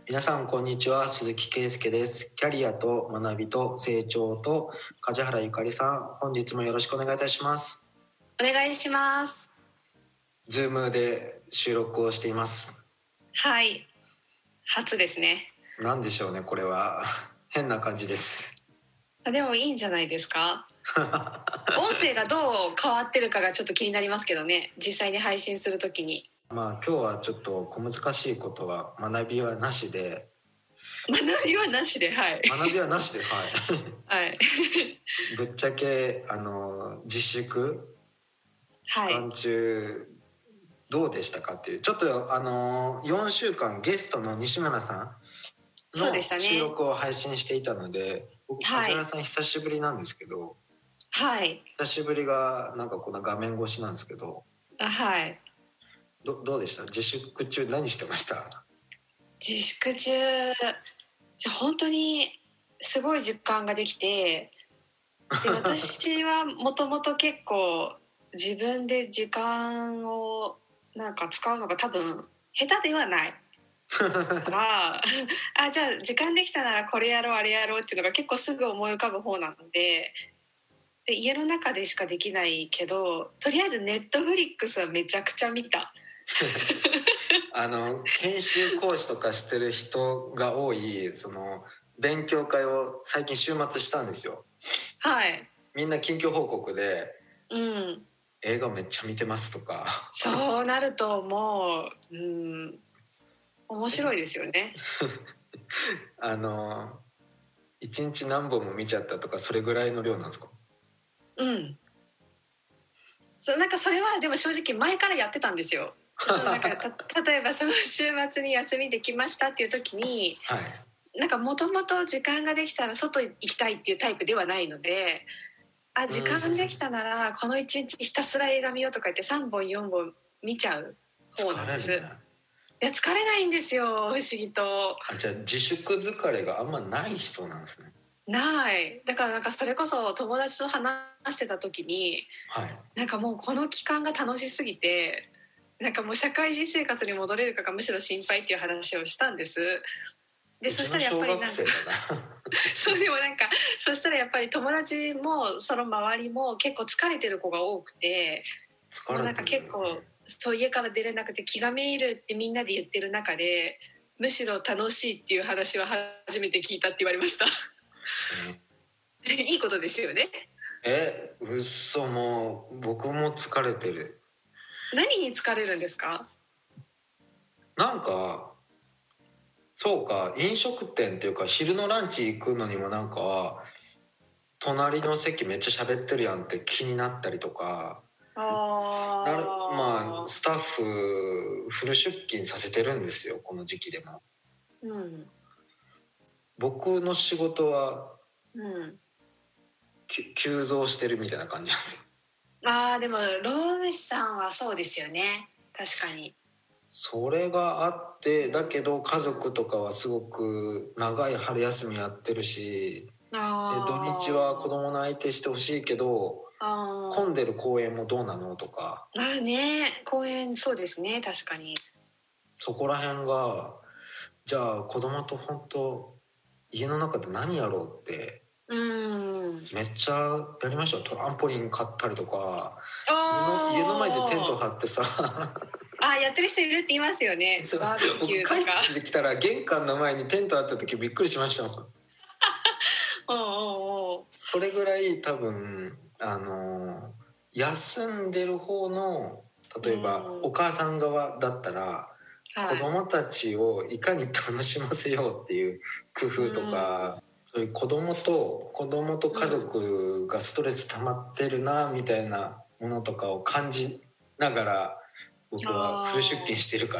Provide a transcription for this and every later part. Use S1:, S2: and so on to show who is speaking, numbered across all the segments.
S1: 皆さんこんにちは、鈴木圭介です。キャリアと学びと成長と梶原ゆかりさん、本日もよろしくお願いいたします。
S2: お願いします。
S1: ズームで収録をしています。
S2: はい、初ですね。
S1: なんでしょうね、これは変な感じです。
S2: でもいいんじゃないですか。音声がどう変わってるかがちょっと気になりますけどね、実際に配信するときに。
S1: 今日はちょっと小難しいことは学びはなしで。
S2: 学びはなしで、はい。
S1: 学びはなしで、はい。
S2: はい。
S1: ぶっちゃけ自粛期間中、どうでしたかっていう、ちょっと4週間ゲストの西村さんの収録を配信していたので、僕梶原さん久しぶりなんですけど、
S2: はい、
S1: 久しぶりがなんかこの画面越しなんですけど、
S2: はい、
S1: どうでした？自粛中何してました？
S2: 自粛中本当にすごい時間ができて、で私はもともと結構自分で時間をなんか使うのが多分下手ではないからじゃあ時間できたならこれやろうあれやろうっていうのが結構すぐ思い浮かぶ方なので、家の中でしかできないけど、とりあえずネットフリックスはめちゃくちゃ見た。
S1: 研修講師とかしてる人が多いその勉強会を最近週末したんですよ。
S2: はい。
S1: みんな近況報告で、
S2: うん、
S1: 映画めっちゃ見てますとか。
S2: そうなるともう、面白いですよね。
S1: 一日何本も見ちゃったとか、それぐらいの量なんですか？
S2: なんかそれはでも正直前からやってたんですよ。なんか例えばその週末に休みできましたっていう時に、
S1: はい、
S2: なんかもともと時間ができたら外行きたいっていうタイプではないので、時間できたならこの1日ひたすら映画見ようとか言って3本4本見ちゃう方なんです。いや疲れないんですよ、不思議と。
S1: じゃあ自粛疲れがあんまない人なんですね。
S2: ない。だからなんかそれこそ友達と話してた時に、なんかもうこの期間が楽しすぎて、なんかもう社会人生活に戻れるかがむしろ心配っていう話をしたんです。でそしたらやっぱりなんかそうでもなんかそしたらやっぱり友達もその周りも結構疲れてる子が多くて、もうなんか結構そう家から出れなくて気がめいるってみんなで言ってる中で、むしろ楽しいっていう話は初めて聞いたって言われました。いいことですよね。
S1: 嘘、もう僕も疲れてる。
S2: 何に疲れるんですか？
S1: なんかそうか、飲食店っていうか昼のランチ行くのにもなんか隣の席めっちゃ喋ってるやんって気になったりとか、スタッフフル出勤させてるんですよ、この時期でも。僕の仕事は、急増してるみたいな感じなんですよ。
S2: でも労務士さんはそうですよね、確かに。
S1: それがあって、だけど家族とかはすごく長い春休みやってるし、土日は子供の相手してほしいけど混んでる公園もどうなのとか。
S2: 公園そうですね、確かに。
S1: そこら辺が、じゃあ子供と本当家の中で何やろうってめっちゃやりましたよ。トランポリン買ったりとか、家の前でテント張ってさ
S2: やってる人いるって言いますよね。バーベキューとか。
S1: 僕帰ってきたら玄関の前にテントあった時びっくりしましたもん。それぐらい多分休んでる方の、例えばお母さん側だったら、子供たちをいかに楽しませようっていう工夫とか、そういう子供と家族がストレス溜まってるなみたいなものとかを感じながら僕はフル出勤してるから、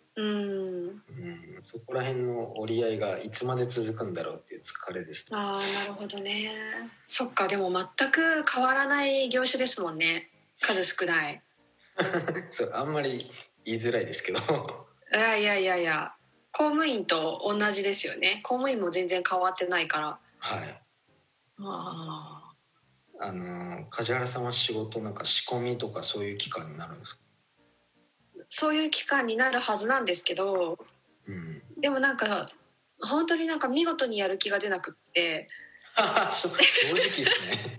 S1: そこら辺の折り合いがいつまで続くんだろうっていう疲れです。
S2: なるほどね。そっか、でも全く変わらない業種ですもんね、数少ない。
S1: そう、あんまり言いづらいですけど
S2: いや公務員と同じですよね。公務員も全然変わってないから。はい。
S1: 梶原さんは仕事なんか仕込みとかそういう期間になるんですか？
S2: そういう期間になるはずなんですけど、 でもなんか本当になんか見事にやる気が出なくって
S1: 正直ですね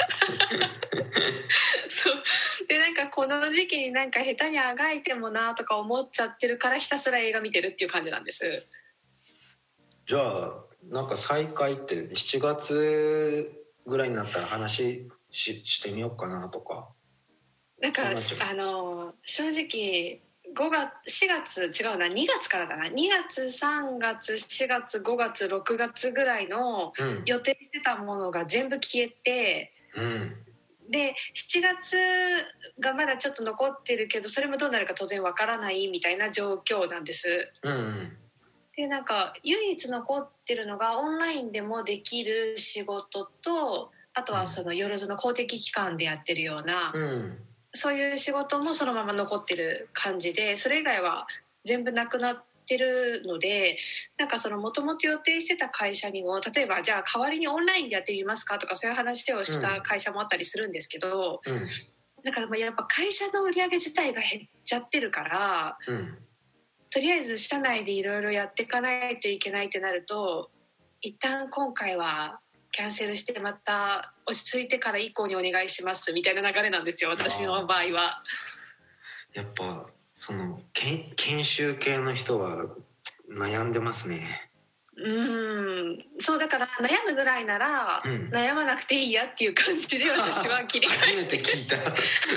S2: そうでなんかこの時期になんか下手にあがいてもなとか思っちゃってるからひたすら映画見てるっていう感じなんです。
S1: じゃあなんか再会って7月ぐらいになったら話してみようかなとか。
S2: なんか正直4月違うな2月からだな2月3月4月5月6月ぐらいの予定してたものが全部消えて、
S1: うん、
S2: で7月がまだちょっと残ってるけどそれもどうなるか当然わからないみたいな状況なんです。
S1: うんうん、
S2: でなんか唯一残ってるのがオンラインでもできる仕事とあとはそのよろずの公的機関でやってるような、そういう仕事もそのまま残ってる感じでそれ以外は全部なくなってるのでなんかそのもともと予定してた会社にも例えばじゃあ代わりにオンラインでやってみますかとかそういう話をした会社もあったりするんですけど、なんかやっぱ会社の売り上げ自体が減っちゃってるから、とりあえず社内でいろいろやっていかないといけないってなると一旦今回はキャンセルしてまた落ち着いてから以降にお願いしますみたいな流れなんですよ私の場合は。
S1: やっぱその研修系の人は悩んでますね。
S2: そうだから悩むぐらいなら、悩まなくていいやっていう感じで私は切り替え
S1: 初めて聞いただ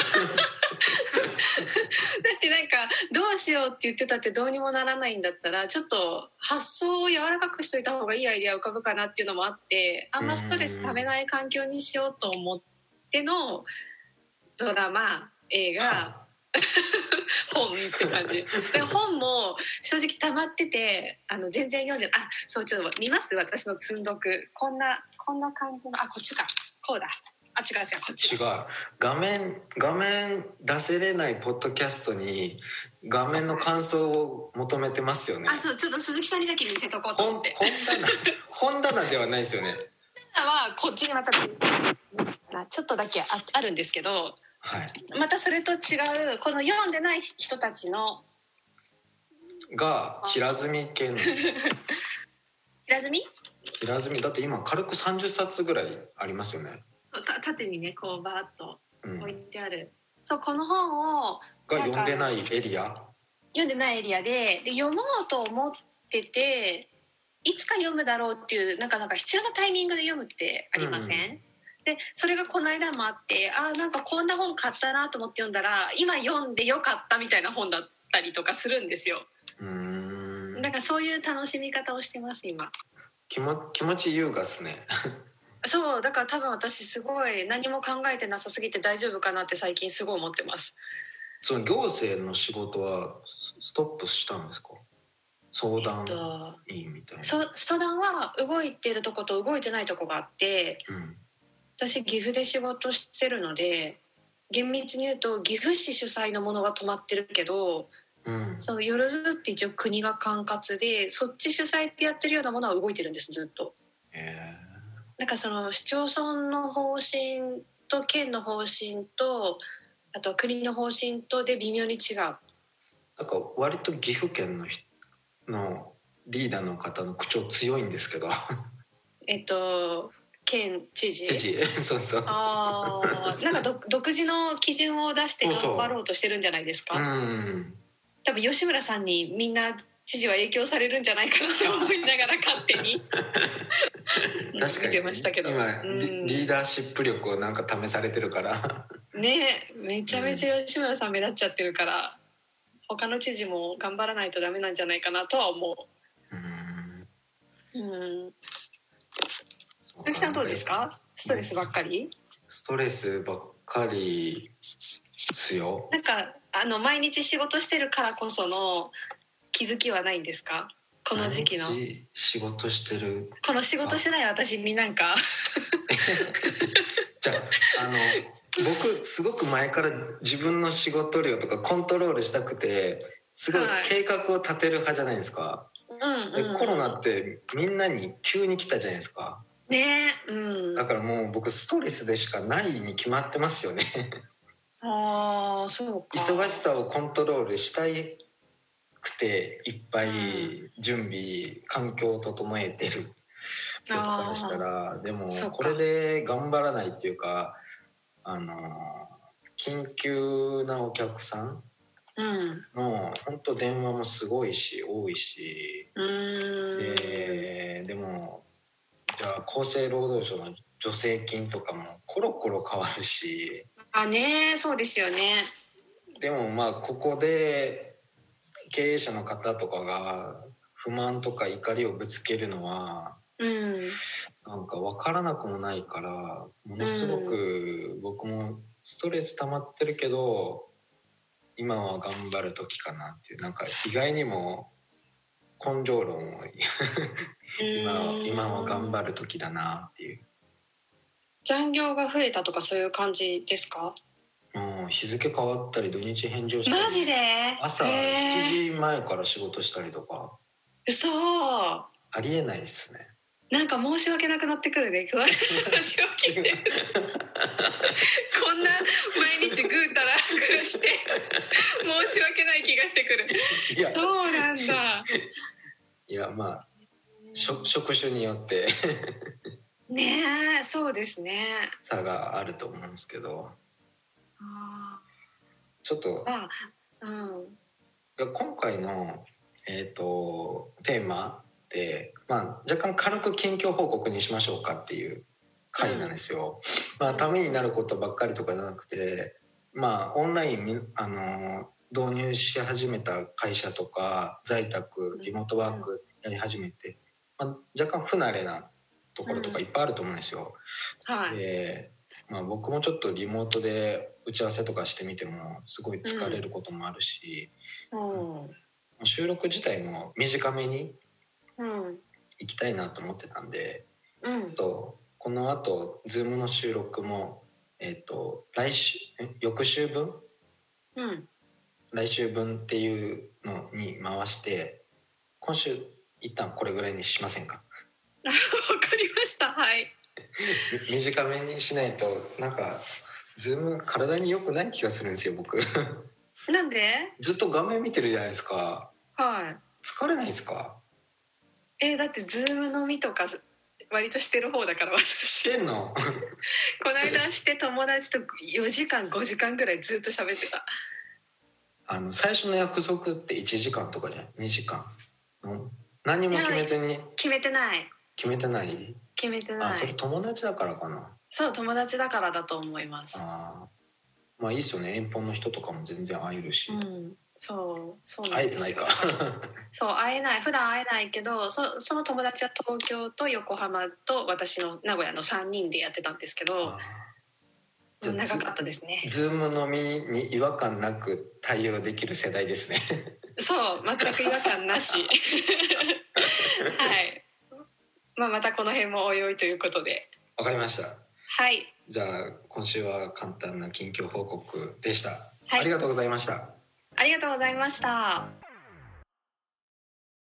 S2: ってなんかどうしようって言ってたってどうにもならないんだったらちょっと発想を柔らかくしといた方がいいアイデア浮かぶかなっていうのもあってあんまストレスためない環境にしようと思ってのドラマ映画本って感じで本も正直溜まってて全然読んでそうちょっと見ます私の積んどくこんな感じのこっちかこうだ違うこっち
S1: 違う画面出せれないポッドキャストに画面の感想を求めてますよね。
S2: そうちょっと鈴木さんにだけ見せとこうと思って
S1: 本棚ではないですよね。
S2: 本棚はこっちにまたちょっとだけあるんですけど、またそれと違うこの読んでない人たちの
S1: が平積み系の
S2: 平積み
S1: だって今軽く30冊ぐらいありますよね。
S2: そう縦にねこうバーッと置いてある、そうこの本を
S1: が読んでないエリア
S2: で読もうと思ってていつか読むだろうっていうなんか必要なタイミングで読むってありません？でそれがこの間もあってなんかこんな本買ったなと思って読んだら今読んでよかったみたいな本だったりとかするんですよ。なんかそういう楽しみ方をしてます今。
S1: 気持ち優雅っすね
S2: そうだから多分私すごい何も考えてなさすぎて大丈夫かなって最近すごい思ってます。
S1: その行政の仕事はストップしたんですか？相談いいみたいな、
S2: 相談は動いてるとこと動いてないとこがあって、私岐阜で仕事してるので厳密に言うと岐阜市主催のものが止まってるけど、そのよろずって一応国が管轄でそっち主催ってやってるようなものは動いてるんですずっと。なんかその市町村の方針と県の方針とあとは国の方針とで微妙に違う。なん
S1: か割と岐阜県のリーダーの方の口調強いんですけど
S2: 県知事
S1: そうそう
S2: なんか独自の基準を出して頑張ろうとしてるんじゃないですか。多分吉村さんにみんな知事は影響されるんじゃないかなって思いながら勝手に
S1: 確かに、
S2: 見てましたけど
S1: 今、リーダーシップ力をなんか試されてるから
S2: ねめちゃめちゃ吉村さん目立っちゃってるから、他の知事も頑張らないとダメなんじゃないかなとは思う。鈴木さんどうですか？ストレスばっかり？
S1: ストレスばっかりですよ。
S2: なんか毎日仕事してるからこその気づきはないんですか？この時期の
S1: 仕事してる
S2: この仕事してない私になんか
S1: じゃあ僕すごく前から自分の仕事量とかコントロールしたくてすごい計画を立てる派じゃないですか、コロナってみんなに急に来たじゃないですかね、だからもう僕ストレスでしかないに決まってますよねそうか。忙しさをコントロールしたいくていっぱい準備環境を整えてる僕からしたら、でもこれで頑張らないっていうか、緊急なお客さんの本当電話もすごいし多いし、でもじゃあ厚生労働省の助成金とかもコロコロ変わるし、
S2: そうですよね。
S1: でもまあここで経営者の方とかが不満とか怒りをぶつけるのは、なんか分からなくもないから、ものすごく僕もストレス溜まってるけど今は頑張る時かなっていう、なんか意外にも根性論を今は頑張る時だなっていう。
S2: 残業が増えたとかそういう感じですか？
S1: 日付変わったり土日返上したり、
S2: マジで
S1: 朝7時前から仕事したりとか。
S2: 嘘。
S1: ありえないですね。
S2: なんか申し訳なくなってくるね、話を聞いてるとこんな毎日ぐうたら暮らして申し訳ない気がしてくる。そうなんだ。
S1: いやまあ職種によって
S2: ねえ、そうですね、
S1: 差があると思うんですけど、ちょっと今回のテーマで、若干軽く近況報告にしましょうかっていう回なんですよ。ためになることばっかりとかじゃなくて、オンラインに導入し始めた会社とか在宅リモートワークやり始めて、若干不慣れなところとかいっぱいあると思うんですよ。で、僕もちょっとリモートで打ち合わせとかしてみてもすごい疲れることもあるし、収録自体も短めに行きたいなと思ってたんで、この後 Zoom の収録も、翌週分、来週分っていうのに回して、今週一旦これぐらいにしませんか？
S2: わかりました。はい。
S1: 短めにしないとなんか Zoom 体に良くない気がするんですよ僕。
S2: なんで？
S1: ずっと画面見てるじゃないですか。
S2: はい。
S1: 疲れないですか？
S2: だってZoom飲みとか割としてる方だから私。
S1: してんの？
S2: この間して友達と4時間5時間ぐらいずっと喋ってた。
S1: 最初の約束って1時間とかじゃん、2時間、何も決めずに。
S2: 決めてない。
S1: 決めてない。それ友達だからかな。
S2: そう、友達だからだと思います。
S1: いいですよね、遠方の人とかも全然会えるし。
S2: そう
S1: 会えてないか。
S2: そう、会えない、普段会えないけど、その友達は東京と横浜と私の名古屋の3人でやってたんですけど、長かったですね。
S1: Zoom 飲みに違和感なく対応できる世代ですね。
S2: そう、全く違和感なし。はい。またこの辺もおいおいということで。
S1: わかりました。
S2: はい。
S1: じゃあ今週は簡単な近況報告でした。
S2: はい、
S1: ありがとうございました。
S2: ありがとうございました。